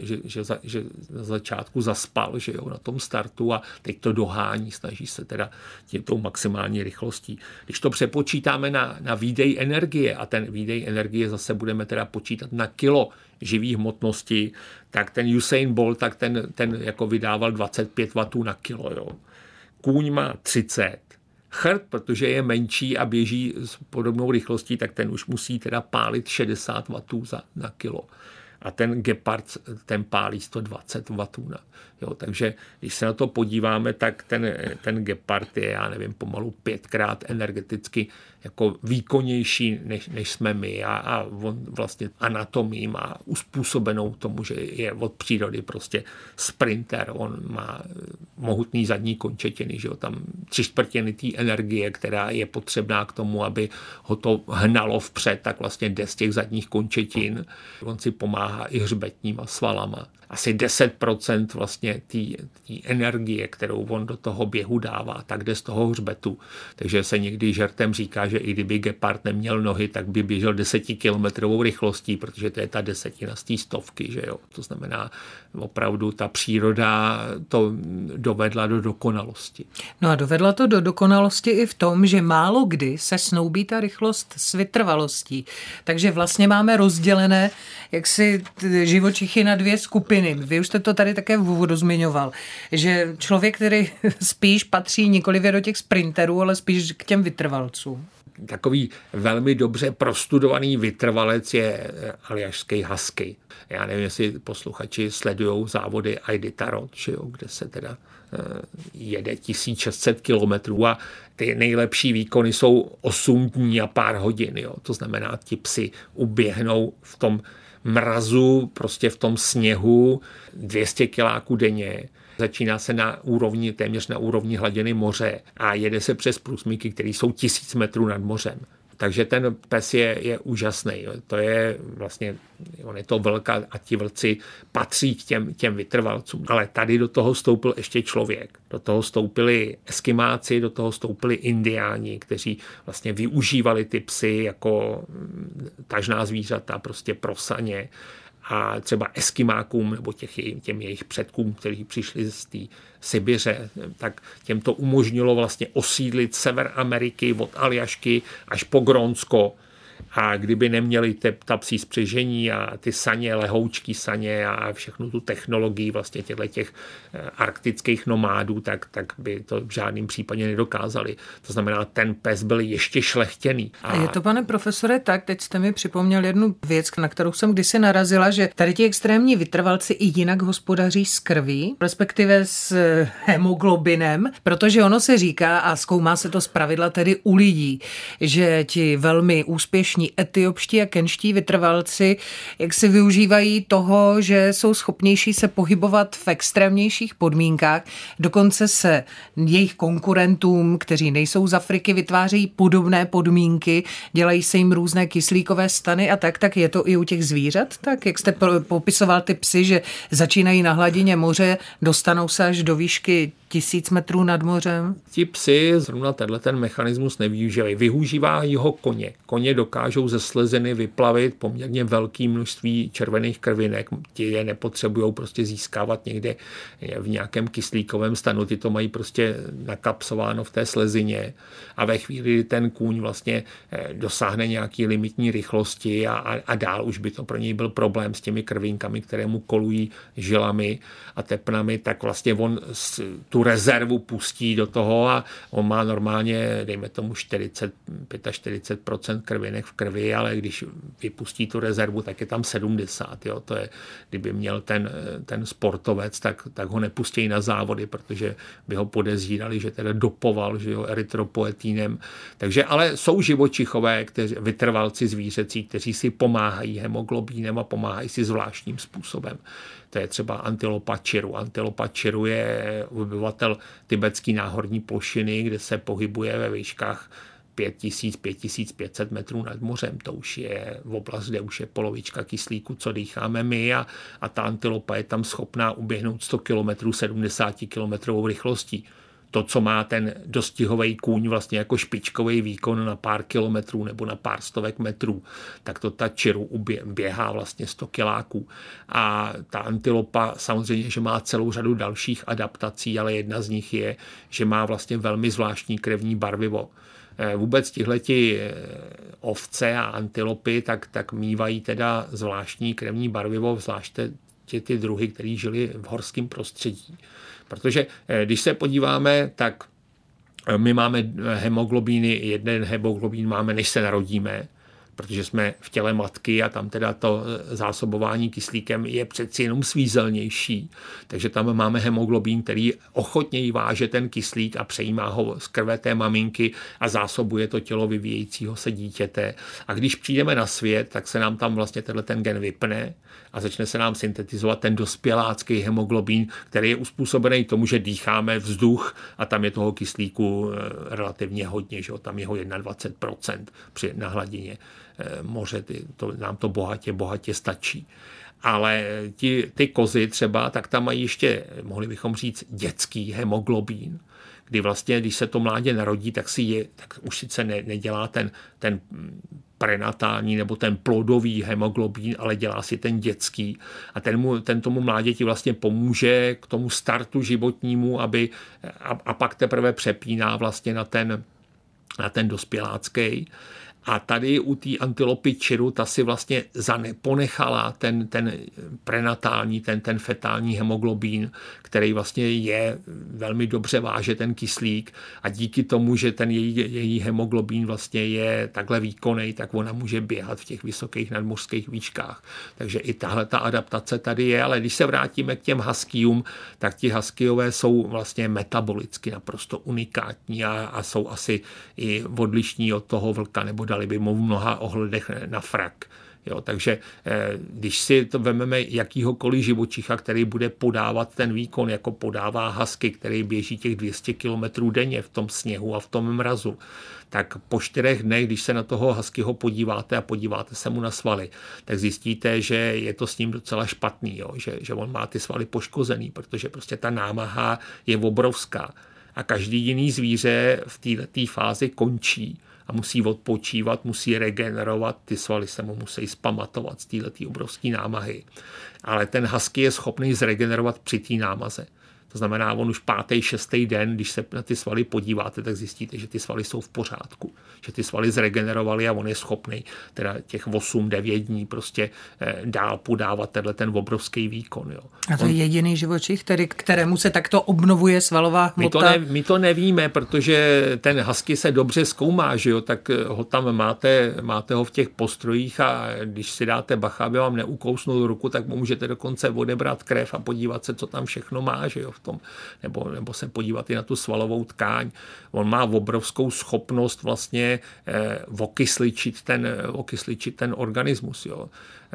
že na začátku zaspal, že jo, na tom startu a teď to dohání, snaží se teda tou maximální rychlostí. Když to přepočítáme na výdej energie a ten výdej energie zase budeme teda počítat na kilo živý hmotnosti, tak ten Usain Bolt, tak ten jako vydával 25 W na kilo. Jo. Kůň má 30. Chrt, protože je menší a běží s podobnou rychlostí, tak ten už musí teda pálit 60 W na kilo. A ten gepard, ten pálí 120 W. Jo, takže když se na to podíváme, tak ten gepard je, já nevím, pomalu 5krát energeticky jako výkonnější, než jsme my a on vlastně anatomii má uspůsobenou tomu, že je od přírody prostě sprinter. On má mohutný zadní končetiny, že jo, tam 3/4 té energie, která je potřebná k tomu, aby ho to hnalo vpřed, tak vlastně jde z těch zadních končetin. On si pomáhá i hřbetníma svalama. Asi 10% vlastně té energie, kterou on do toho běhu dává, tak jde z toho hřbetu. Takže se někdy žertem říká, že i kdyby gepard neměl nohy, tak by běžel 10kilometrovou rychlostí, protože to je ta 10 z té 100, že jo. To znamená, opravdu ta příroda to dovedla do dokonalosti. No a dovedla to do dokonalosti i v tom, že málo kdy se snoubí ta rychlost s vytrvalostí. Takže vlastně máme rozdělené jaksi živočichy na dvě skupiny. Vy už jste to tady také v úvodu zmiňoval, že člověk, který spíš patří nikoliv do těch sprinterů, ale spíš k těm vytrvalcům. Takový velmi dobře prostudovaný vytrvalec je aljašský husky. Já nevím, jestli posluchači sledujou závody Iditarod, kde se teda jede 1600 kilometrů a ty nejlepší výkony jsou 8 dní a pár hodin. Jo. To znamená, ti psi uběhnou v tom mrazu, prostě v tom sněhu 200 kiláků denně. Začíná se téměř na úrovni hladiny moře a jede se přes průsmyky, které jsou 1000 metrů nad mořem. Takže ten pes je úžasný. To je vlastně, on je to vlk a ti vlci patří k těm vytrvalcům. Ale tady do toho vstoupil ještě člověk. Do toho vstoupili Eskimáci, do toho vstoupili Indiáni, kteří vlastně využívali ty psy jako tažná zvířata, prostě pro saně. A třeba Eskimákům nebo těm jejich předkům, kteří přišli z té Sibiře, tak těm to umožnilo vlastně osídlit sever Ameriky od Aljašky až po Grónsko. A kdyby neměli ta psí spřežení a ty saně, lehoučky saně a všechnu tu technologii vlastně těch arktických nomádů, tak by to v žádném případě nedokázali. To znamená, ten pes byl ještě šlechtěný. A je to, pane profesore, tak, teď jste mi připomněl jednu věc, na kterou jsem kdysi narazila, že tady ti extrémní vytrvalci i jinak hospodaří s krví, respektive s hemoglobinem, protože ono se říká a zkoumá se to zpravidla tedy u lidí, že ti velmi úspěšní etiopští a kenští vytrvalci, jak si využívají toho, že jsou schopnější se pohybovat v extrémnějších podmínkách, dokonce se jejich konkurentům, kteří nejsou z Afriky, vytvářejí podobné podmínky, dělají se jim různé kyslíkové stany a tak je to i u těch zvířat, tak jak jste popisoval ty psy, že začínají na hladině moře, dostanou se až do výšky 1000 metrů nad mořem? Ti psi zrovna ten mechanismus nevyužívají. Využívají ho koně. Koně dokážou ze sleziny vyplavit poměrně velké množství červených krvinek. Ti je nepotřebují prostě získávat někde v nějakém kyslíkovém stanu. Ty to mají prostě nakapsováno v té slezině a ve chvíli, kdy ten kůň vlastně dosáhne nějaký limitní rychlosti a dál už by to pro něj byl problém s těmi krvinkami, které mu kolují žilami a tepnami, tak vlastně on tu rezervu pustí do toho a on má normálně, dejme tomu 45% krvinek v krvi, ale když vypustí tu rezervu, tak je tam 70. Jo? To je, kdyby měl ten sportovec, tak ho nepustí na závody, protože by ho podezírali, že teda dopoval, že jo, erytropoetínem. Takže ale jsou živočichové, vytrvalci zvířecí, kteří si pomáhají hemoglobínem a pomáhají si zvláštním způsobem. To je třeba antilopa Chiru. Antilopa Chiru je obyvatel tibetské náhorní plošiny, kde se pohybuje ve výškách 5500 metrů nad mořem. To už je v oblast, kde už je polovička kyslíku, co dýcháme my a ta antilopa je tam schopná uběhnout 100 km 70 km rychlostí. To, co má ten dostihový kůň vlastně jako špičkový výkon na pár kilometrů nebo na pár stovek metrů, tak to ta Chiru běhá vlastně 100 kiláků. A ta antilopa samozřejmě, že má celou řadu dalších adaptací, ale jedna z nich je, že má vlastně velmi zvláštní krevní barvivo. Vůbec tihleti ovce a antilopy tak mívají teda zvláštní krevní barvivo, zvláště ty druhy, které žili v horském prostředí. Protože když se podíváme, tak my máme hemoglobíny, jeden hemoglobín máme, než se narodíme, protože jsme v těle matky a tam teda to zásobování kyslíkem je přeci jenom svízelnější. Takže tam máme hemoglobín, který ochotněji váže ten kyslík a přejímá ho z krve té maminky a zásobuje to tělo vyvíjejícího se dítěte. A když přijdeme na svět, tak se nám tam vlastně ten gen vypne a začne se nám syntetizovat ten dospělácký hemoglobín, který je uspůsobený tomu, že dýcháme vzduch a tam je toho kyslíku relativně hodně, že? Tam je ho 21% na hladině moře, nám to bohatě stačí. Ale ty kozy třeba, tak tam mají ještě, mohli bychom říct, dětský hemoglobín, kdy vlastně, když se to mládě narodí, tak už sice nedělá ten prenatální nebo ten plodový hemoglobín, ale dělá si ten dětský a ten tomu mláděti vlastně pomůže k tomu startu životnímu, a pak teprve přepíná vlastně na ten dospělácký. A tady u té antilopy Chiru ta si vlastně ponechala ten prenatální, ten fetální hemoglobín, který vlastně je velmi dobře váže ten kyslík a díky tomu, že ten její hemoglobín vlastně je takhle výkonný, tak ona může běhat v těch vysokých nadmořských výškách. Takže i tahle ta adaptace tady je, ale když se vrátíme k těm huskyům, tak ti huskyové jsou vlastně metabolicky naprosto unikátní a jsou asi i odlišní od toho vlka, nebo dali by mu v mnoha ohledech na frak. Jo, takže když si to vememe jakýhokoliv živočicha, který bude podávat ten výkon, jako podává husky, který běží těch 200 km denně v tom sněhu a v tom mrazu, tak po 4 dnech, když se na toho huskyho podíváte a podíváte se mu na svaly, tak zjistíte, že je to s ním docela špatný, jo, že on má ty svaly poškozený, protože prostě ta námaha je obrovská. A každý jiný zvíře v této fázi končí a musí odpočívat, musí regenerovat, ty svaly se mu musí zpamatovat z této obrovské námahy. Ale ten husky je schopný zregenerovat při té námaze. To znamená, on už 5., 6. den, když se na ty svaly podíváte, tak zjistíte, že ty svaly jsou v pořádku. Že ty svaly zregenerovaly a on je schopný teda těch 8, 9 dní prostě dál podávat ten obrovský výkon. Jo. A to je jediný živočich, kterému se takto obnovuje svalová hmota? My to nevíme, protože ten husky se dobře zkoumá, že jo, tak ho tam máte ho v těch postrojích a když si dáte bacha, aby vám neukousnul ruku, tak mu můžete dokonce odebrat krev a podívat se, co tam všechno má, že jo, v tom, nebo se podívat i na tu svalovou tkáň. On má obrovskou schopnost vlastně okysličit ten organismus. Jo.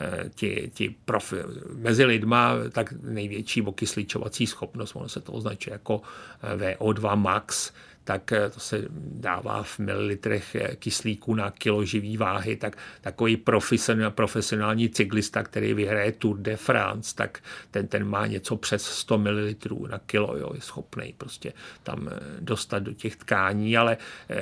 Mezi lidma tak největší okysličovací schopnost, ono se to označuje jako VO2 max, tak to se dává v mililitrech kyslíku na kilo živý váhy, tak takový profesionální cyklista, který vyhraje Tour de France, tak ten má něco přes 100 ml na kilo, jo, je schopný prostě tam dostat do těch tkání, ale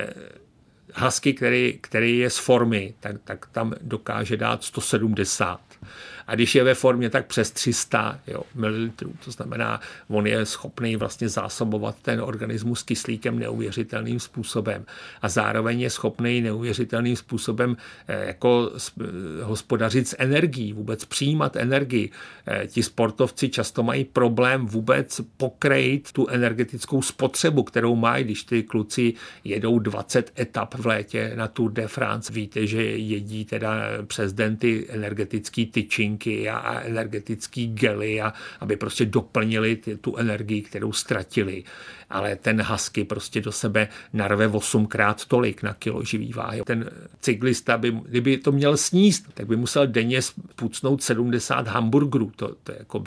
husky, který je z formy, tak tam dokáže dát 170. A když je ve formě, tak přes 300 ml. To znamená, on je schopný vlastně zásobovat ten organismus kyslíkem neuvěřitelným způsobem. A zároveň je schopný neuvěřitelným způsobem jako hospodařit s energií, vůbec přijímat energii. Ti sportovci často mají problém vůbec pokrýt tu energetickou spotřebu, kterou mají, když ty kluci jedou 20 etap v létě na Tour de France. Víte, že jedí teda přes den ty energetické tyčinky a energetický gely, aby prostě doplnili tu energii, kterou ztratili. Ale ten husky prostě do sebe narve 8krát tolik na kilo živý váhy. Ten cyklista, kdyby to měl sníst, tak by musel denně spucnout 70 hamburgerů. To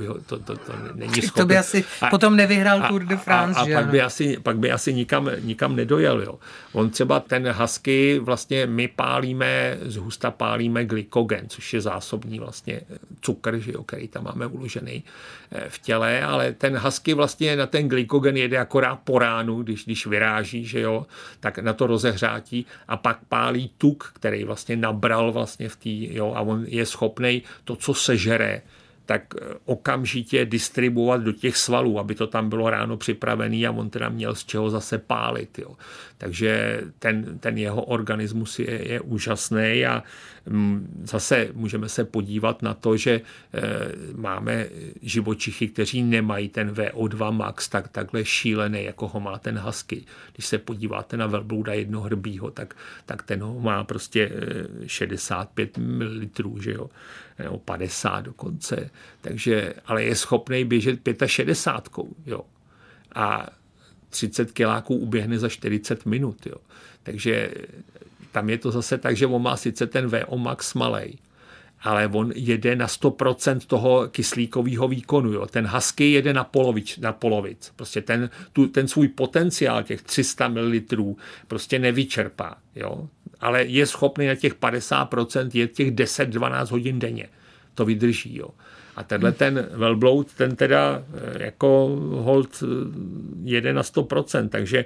není schopné. To by asi potom nevyhrál Tour de France. A pak by asi nikam nedojel. Jo. On třeba ten husky, vlastně my zhusta pálíme glykogen, což je zásobní vlastně cukr, že jo, který tam máme uložený v těle, ale ten husky vlastně na ten glykogen jede akorát po ránu, když vyráží, že jo, tak na to rozehřátí a pak pálí tuk, který vlastně nabral vlastně a on je schopnej to, co sežere, tak okamžitě distribuovat do těch svalů, aby to tam bylo ráno připravený a on teda měl z čeho zase pálit. Jo. Takže ten jeho organismus je úžasný a zase můžeme se podívat na to, že máme živočichy, kteří nemají ten VO2 max takhle šílený, jako ho má ten husky. Když se podíváte na velblouda jednohrbýho, tak ten ho má prostě 65 ml, že jo, nebo 50 dokonce. Takže, ale je schopný běžet 65, jo. A 30 kiláků uběhne za 40 minut, jo. Takže tam je to zase tak, že on má sice ten VO max malej, ale on jede na 100% toho kyslíkového výkonu. Jo. Ten husky jede na polovic. Prostě ten svůj potenciál, těch 300 ml, prostě nevyčerpá. Jo. Ale je schopný na těch 50% jet těch 10-12 hodin denně. To vydrží. Jo. A tenhle ten velbloud, ten teda jako hold jede na 100%, takže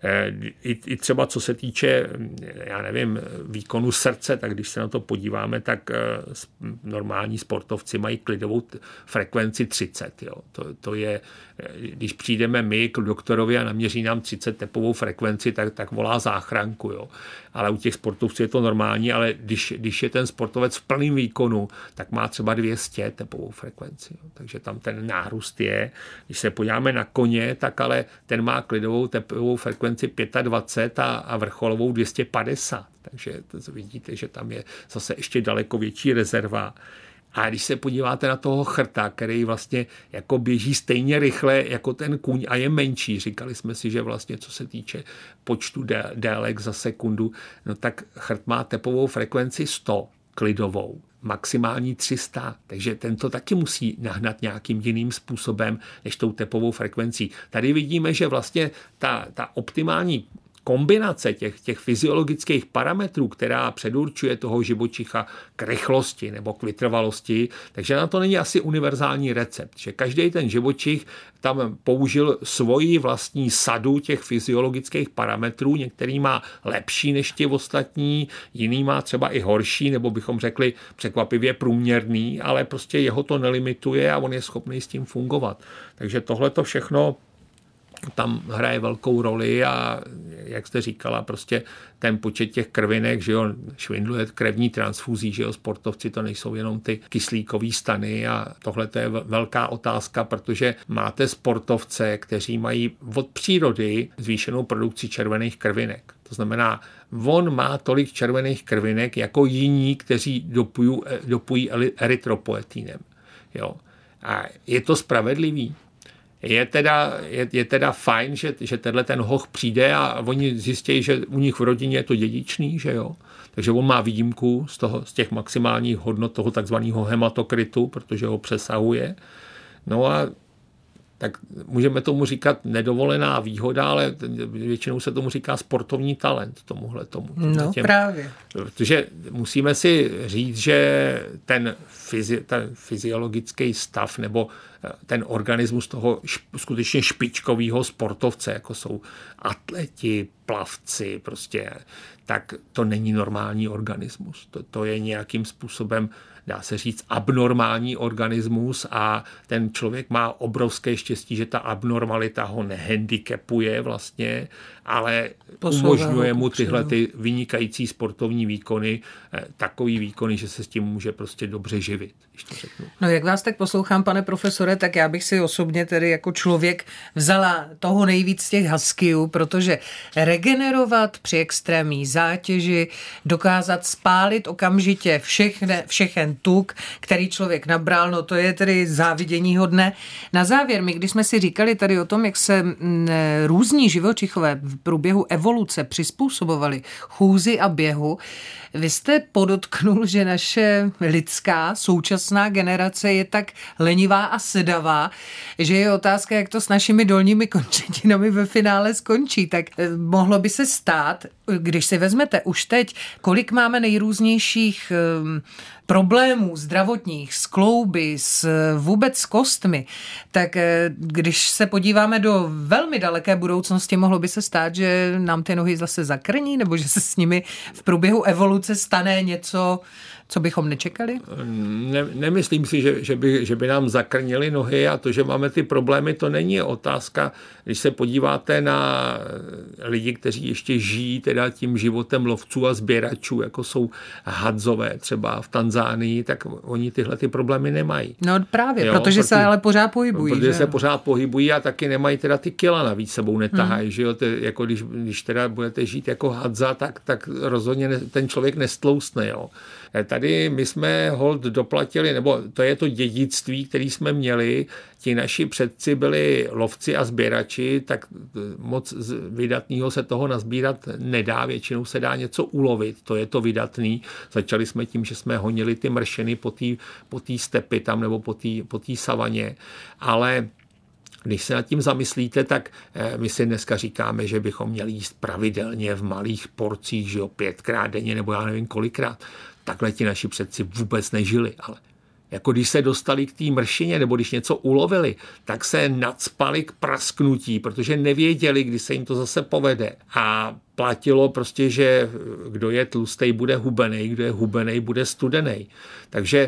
i třeba co se týče, já nevím, výkonu srdce, tak když se na to podíváme, tak normální sportovci mají klidovou frekvenci 30. Jo. To je, když přijdeme my k doktorovi a naměří nám 30 tepovou frekvenci, tak volá záchranku. Jo. Ale u těch sportovců je to normální, ale když je ten sportovec v plném výkonu, tak má třeba 200 tepovou frekvenci. Jo. Takže tam ten nárůst je. Když se podíváme na koně, tak ale ten má klidovou tepovou frekvenci 25 a vrcholovou 250. Takže to vidíte, že tam je zase ještě daleko větší rezerva. A když se podíváte na toho chrta, který vlastně jako běží stejně rychle jako ten kůň a je menší, říkali jsme si, že vlastně co se týče počtu délek za sekundu, no tak chrt má tepovou frekvenci 100 klidovou, maximální 300, takže tento taky musí nahnat nějakým jiným způsobem než tou tepovou frekvencí. Tady vidíme, že vlastně ta optimální kombinace těch fyziologických parametrů, která předurčuje toho živočicha k rychlosti nebo k vytrvalosti, takže na to není asi univerzální recept, že každý ten živočich tam použil svoji vlastní sadu těch fyziologických parametrů, některý má lepší než ti ostatní, jiný má třeba i horší, nebo bychom řekli překvapivě průměrný, ale prostě jeho to nelimituje a on je schopný s tím fungovat. Takže tohle to všechno tam hraje velkou roli a jak jste říkala, prostě ten počet těch krvinek, že jo, švindluje krevní transfuzí, že jo, sportovci to nejsou jenom ty kyslíkové stany a tohle to je velká otázka, protože máte sportovce, kteří mají od přírody zvýšenou produkci červených krvinek. To znamená, on má tolik červených krvinek jako jiní, kteří dopují erytropoetinem. Jo. A je to spravedlivý? Je teda fajn, že tenhle ten hoch přijde a oni zjistí, že u nich v rodině je to dědičný, že jo. Takže on má výjimku z těch maximálních hodnot toho takzvaného hematokritu, protože ho přesahuje. No a tak můžeme tomu říkat nedovolená výhoda, ale většinou se tomu říká sportovní talent tomuhle tomu. No právě. Protože musíme si říct, že ten fyziologický stav nebo ten organismus toho skutečně špičkového sportovce, jako jsou atleti, plavci, prostě, tak to není normální organismus. To je nějakým způsobem, dá se říct, abnormální organismus a ten člověk má obrovské štěstí, že ta abnormalita ho nehandicapuje vlastně, ale umožňuje mu tyhle ty vynikající sportovní výkony, takový výkony, že se s tím může prostě dobře živit, když to řeknu. No jak vás tak poslouchám, pane profesore, tak já bych si osobně tedy jako člověk vzala toho nejvíc z těch huskyů, protože regenerovat při extrémní zátěži, dokázat spálit okamžitě všechen tuk, který člověk nabral, no to je tedy záviděníhodné. Na závěr, my když jsme si říkali tady o tom, jak se různí živočichové v průběhu evoluce přizpůsobovali chůzi a běhu, vy jste podotknul, že naše lidská současná generace je tak lenivá a sedavá, že je otázka, jak to s našimi dolními končetinami ve finále skončí. Tak mohlo by se stát, když si vezmete už teď, kolik máme nejrůznějších problémů zdravotních, s klouby, vůbec s kostmi, tak když se podíváme do velmi daleké budoucnosti, mohlo by se stát, že nám ty nohy zase zakrní, nebo že se s nimi v průběhu evoluce stane něco, co bychom nečekali? Nemyslím si, že by nám zakrnily nohy a to, že máme ty problémy, to není otázka. Když se podíváte na lidi, kteří ještě žijí teda tím životem lovců a sběračů, jako jsou Hadzové třeba v Tanzánii, tak oni tyhle ty problémy nemají. No právě, protože se ale pořád pohybují. Protože se pořád pohybují a taky nemají teda ty kila navíc sebou netahají. Že jo? Jako když teda budete žít jako Hadza, tak rozhodně ten člověk nestloustne. Jo? Tady my jsme holt doplatili, nebo to je to dědictví, který jsme měli, ti naši předci byli lovci a sběrači, tak moc vydatného se toho nazbírat nedá, většinou se dá něco ulovit, to je to vydatný. Začali jsme tím, že jsme honili ty mršeny po té stepy tam nebo po té savaně, ale když se nad tím zamyslíte, tak my si dneska říkáme, že bychom měli jíst pravidelně v malých porcích, že jo, 5krát denně nebo já nevím kolikrát. Takhle ti naši předci vůbec nežili, ale jako když se dostali k té mršině nebo když něco ulovili, tak se nacpali k prasknutí, protože nevěděli, kdy se jim to zase povede. A platilo prostě, že kdo je tlustej, bude hubenej, kdo je hubenej, bude studenej. Takže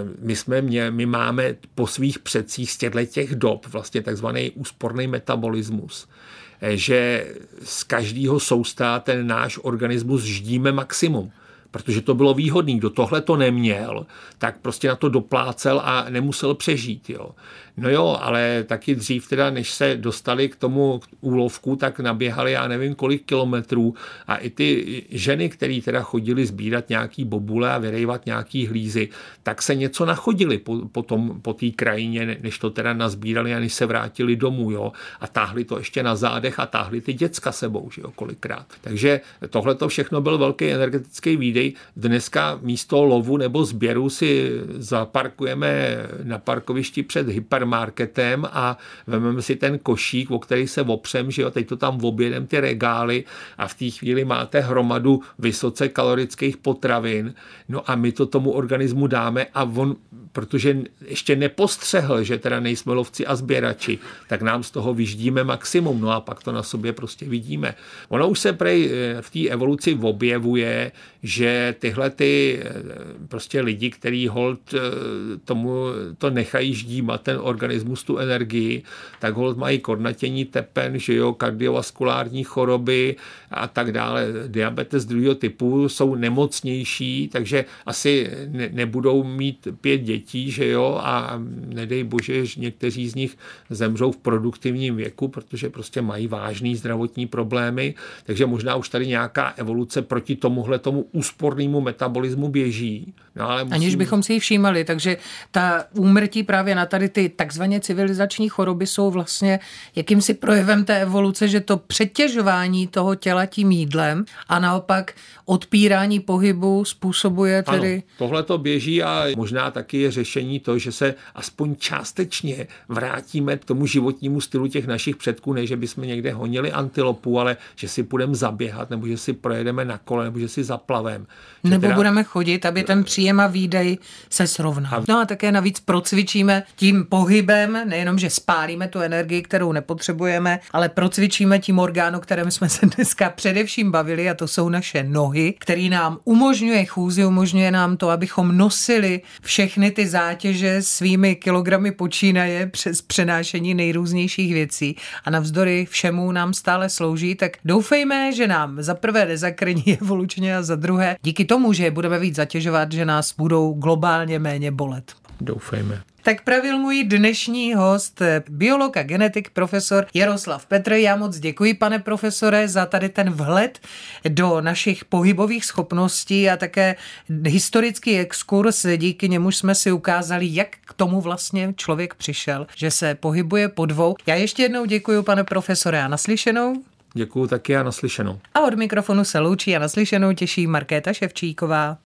my máme po svých předcích z těch dob vlastně takzvaný úsporný metabolismus, že z každého sousta ten náš organismus ždíme maximum. Protože to bylo výhodný. Kdo tohle to neměl, tak prostě na to doplácel a nemusel přežít. Jo. No jo, ale taky dřív teda, než se dostali k tomu úlovku, tak naběhali já nevím kolik kilometrů a i ty ženy, které teda chodili sbírat nějaký bobule a vyrejvat nějaký hlízy, tak se něco nachodili po té krajině, než to teda nazbírali a než se vrátili domů, jo. A táhli to ještě na zádech a táhli ty děcka sebou, že jo, kolikrát. Takže tohle to všechno byl velký energetický výdej. Dneska místo lovu nebo sběru si zaparkujeme na parkovišti před hypermarketem a vezmeme si ten košík, o který se opřem, že jo, teď to tam objedem ty regály a v té chvíli máte hromadu vysoce kalorických potravin, no a my to tomu organismu dáme a on, protože ještě nepostřehl, že teda nejsme lovci a sběrači, tak nám z toho vyždíme maximum, no a pak to na sobě prostě vidíme. Ono už se prej v té evoluci objevuje, že tyhle ty prostě lidi, který holt tomu to nechají ždímat ten organismus, tu energii, tak holt mají kornatění tepen, že jo, kardiovaskulární choroby a tak dále, diabetes druhého typu, jsou nemocnější, takže asi nebudou mít 5 dětí, že jo, a nedej bože, že někteří z nich zemřou v produktivním věku, protože prostě mají vážný zdravotní problémy, takže možná už tady nějaká evoluce proti tomu úspornému metabolismu běží. No, ale aniž bychom si ji všímali, takže ta úmrtí právě na tady ty takzvaně civilizační choroby jsou vlastně jakýmsi projevem té evoluce, že to přetěžování toho těla tím jídlem a naopak odpírání pohybu způsobuje tedy... Ano, tohle to běží a možná taky je řešení to, že se aspoň částečně vrátíme k tomu životnímu stylu těch našich předků, ne že bychom někde honili antilopu, ale že si půjdeme zaběhat, nebo že si projedeme na kole, nebo že si zaplaveme. Nebo budeme chodit, aby ten příjem a výdej se srovnal. No a také navíc procvičíme tím pohybem, nejenom, že spálíme tu energii, kterou nepotřebujeme, ale procvičíme tím orgán, o kterém jsme se dneska především bavili, a to jsou naše nohy, který nám umožňuje chůzi, umožňuje nám to, abychom nosili všechny ty zátěže svými kilogramy počínaje přes přenášení nejrůznějších věcí a navzdory všemu nám stále slouží, tak doufejme, že nám za prvé nezakrní evolučně a za druhé díky tomu, že je budeme víc zatěžovat, že nás budou globálně méně bolet. Doufejme. Tak pravil můj dnešní host, biolog a genetik profesor Jaroslav Petr. Já moc děkuji, pane profesore, za tady ten vhled do našich pohybových schopností a také historický exkurs, díky němuž jsme si ukázali, jak k tomu vlastně člověk přišel, že se pohybuje po dvou. Já ještě jednou děkuji, pane profesore, a naslyšenou. Děkuji taky a naslyšenou. A od mikrofonu se loučí a naslyšenou těší Markéta Ševčíková.